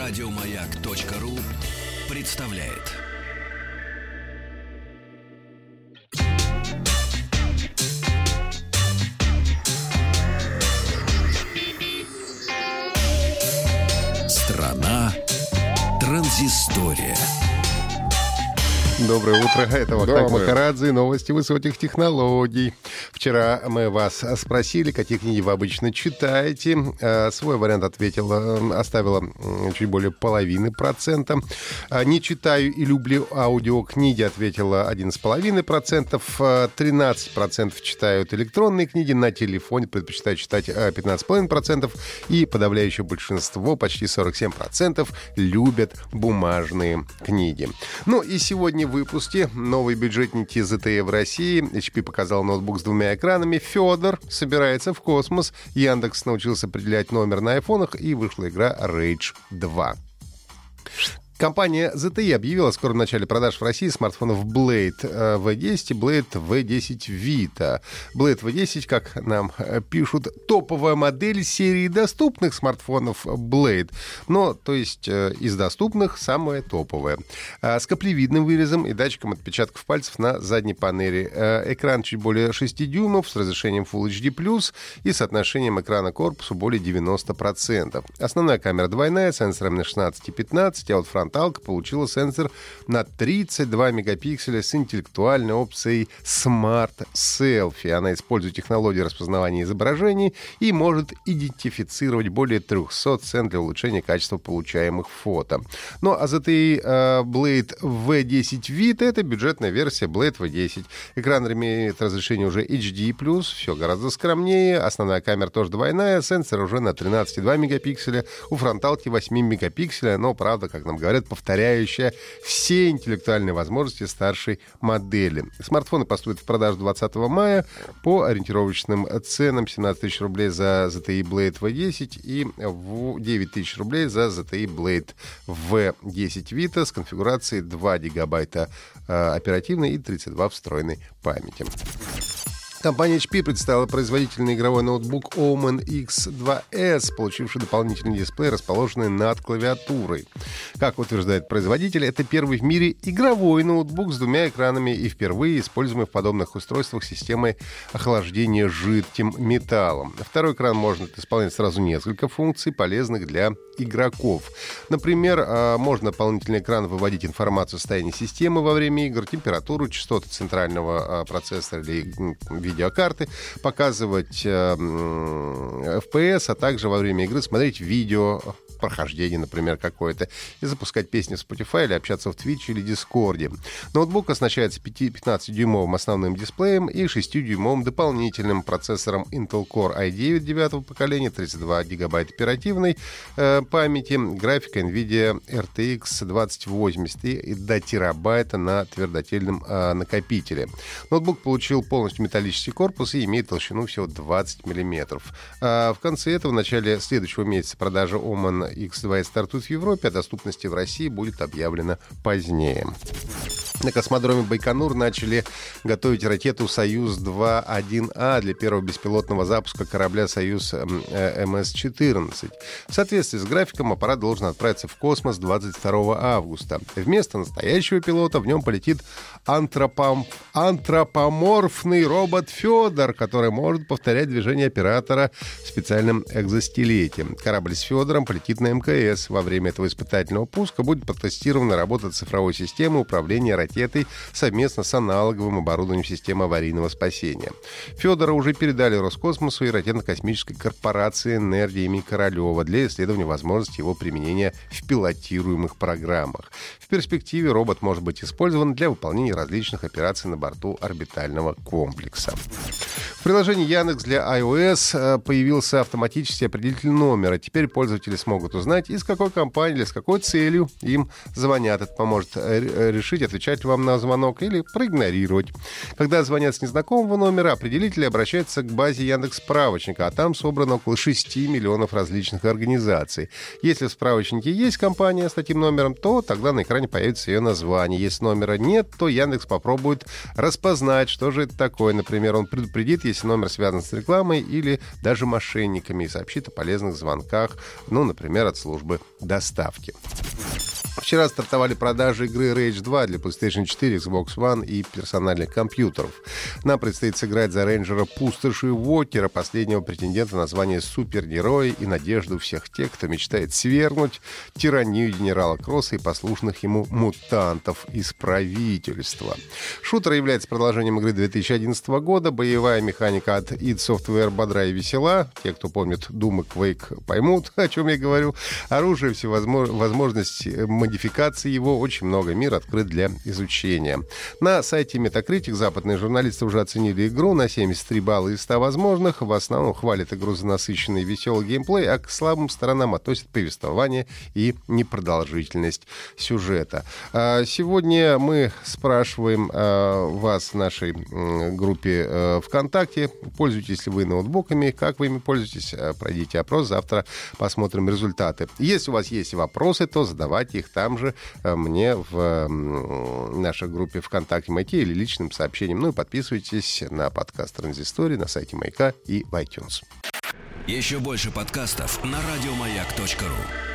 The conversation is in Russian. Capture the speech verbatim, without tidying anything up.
Радиомаяк.ру представляет. Страна транзистория. Доброе утро, это Вахтанг Махарадзе, новости высоких технологий. Вчера мы вас спросили, какие книги вы обычно читаете. Свой вариант ответила, оставила чуть более половины процента. Не читаю и люблю аудиокниги, ответила одиннадцать целых пять десятых процента. тринадцать процентов читают электронные книги, на телефоне предпочитают читать пятнадцать целых пять десятых процента. И подавляющее большинство, почти сорок семь процентов, любят бумажные книги. Ну и сегодня в выпуске новые бюджетники зет тэ и в России. эйч пи показал ноутбук с двумя экранами. Федор собирается в космос. Яндекс научился определять номер на айфонах. И вышла игра Rage два. Компания зет тэ и объявила о скором начале продаж в России смартфонов Blade ви десять и Blade ви десять Vita. Blade ви десять, как нам пишут, топовая модель серии доступных смартфонов Blade. Но, то есть, из доступных самая топовая. С каплевидным вырезом и датчиком отпечатков пальцев на задней панели. Экран чуть более шесть дюймов с разрешением Full эйч ди плюс и соотношением экрана к корпусу более девяносто процентов. Основная камера двойная, сенсором на шестнадцать и пятнадцать, а вот фронталка получила сенсор на тридцать два мегапикселя с интеллектуальной опцией Smart Selfie. Она использует технологию распознавания изображений и может идентифицировать более триста сцен для улучшения качества получаемых фото. Ну а зет тэ и uh, Blade ви десять Vita — это бюджетная версия Blade ви десять. Экран имеет разрешение уже эйч ди плюс, все гораздо скромнее. Основная камера тоже двойная, сенсор уже на тринадцать и два мегапикселя. У фронталки восемь мегапикселя, но, правда, как нам говорят, повторяющая все интеллектуальные возможности старшей модели. Смартфоны поступят в продажу двадцатого мая по ориентировочным ценам: семнадцать тысяч рублей за зет тэ и Blade ви десять и девять тысяч рублей за зет тэ и Blade ви десять Vita с конфигурацией два гигабайта оперативной и тридцать два встроенной памяти. Компания эйч пи представила производительный игровой ноутбук Omen икс два эс, получивший дополнительный дисплей, расположенный над клавиатурой. Как утверждает производитель, это первый в мире игровой ноутбук с двумя экранами и впервые используемый в подобных устройствах системой охлаждения жидким металлом. Второй экран может исполнять сразу несколько функций, полезных для игроков. Например, можно на дополнительный экран выводить информацию о состоянии системы во время игр, температуру, частоты центрального процессора или видеокарты, показывать э, эф пи эс, а также во время игры смотреть видео, прохождение, например, какое-то, и запускать песни в Spotify или общаться в Twitch или Discord. Ноутбук оснащается пятнадцатидюймовым основным дисплеем и шестидюймовым дополнительным процессором Intel Core ай девять девятого поколения, тридцать два гигабайта оперативной э, памяти, графика NVIDIA эр ти экс двадцать восемьдесят и до терабайта на твердотельном э, накопителе. Ноутбук получил полностью металлический корпус и имеет толщину всего двадцать миллиметров. А в конце этого, в начале следующего месяца, продажа Omen икс два эс стартует в Европе, а доступности в России будет объявлена позднее. На космодроме Байконур начали готовить ракету «Союз-два один А» для первого беспилотного запуска корабля «Союз эм эс четырнадцать». В соответствии с графиком аппарат должен отправиться в космос двадцать второго августа. Вместо настоящего пилота в нем полетит антропом... антропоморфный робот Федор, который может повторять движение оператора в специальном экзоскелете. Корабль с Федором полетит на эм ка эс. Во время этого испытательного пуска будет протестирована работа цифровой системы управления ракетой совместно с аналоговым оборудованием системы аварийного спасения. Федора уже передали Роскосмосу и ракетно-космической корпорации «Энергия» имени Королева для исследования возможности его применения в пилотируемых программах. В перспективе робот может быть использован для выполнения различных операций на борту орбитального комплекса. В приложении Яндекс для iOS появился автоматический определитель номера. Теперь пользователи смогут узнать, из какой компании или с какой целью им звонят. Это поможет решить, отвечать отвечать вам на звонок или проигнорировать. Когда звонят с незнакомого номера, определители обращаются к базе Яндекс.Справочника, а там собрано около шести миллионов различных организаций. Если в справочнике есть компания с таким номером, то тогда на экране появится ее название. Если номера нет, то Яндекс попробует распознать, что же это такое. Например, он предупредит, если номер связан с рекламой или даже мошенниками, и сообщит о полезных звонках, ну, например, от службы доставки. Вчера стартовали продажи игры Rage два для PlayStation четыре, Xbox One и персональных компьютеров. Нам предстоит сыграть за рейнджера Пустоши Уокера, последнего претендента на звание супергероя и надежду всех тех, кто мечтает свергнуть тиранию генерала Кросса и послушных ему мутантов из правительства. Шутер является продолжением игры две тысячи одиннадцатого года. Боевая механика от id Software бодра и весела. Те, кто помнит Doom и Quake, поймут, о чем я говорю. Оружие, всевозможности модификации его очень много. Мир открыт для изучения. На сайте Metacritic западные журналисты уже оценили игру на семьдесят три балла из ста возможных. В основном хвалят игру за насыщенный и веселый геймплей, а к слабым сторонам относят повествование и непродолжительность сюжета. Сегодня мы спрашиваем вас в нашей группе ВКонтакте, пользуетесь ли вы ноутбуками, как вы ими пользуетесь, пройдите опрос, завтра посмотрим результаты. Если у вас есть вопросы, то задавайте их там же мне в нашей группе ВКонтакте Маяке или личным сообщением. Ну и подписывайтесь на подкаст «Транзистория» на сайте Маяка и в iTunes. Еще больше подкастов на радиомаяк точка ру.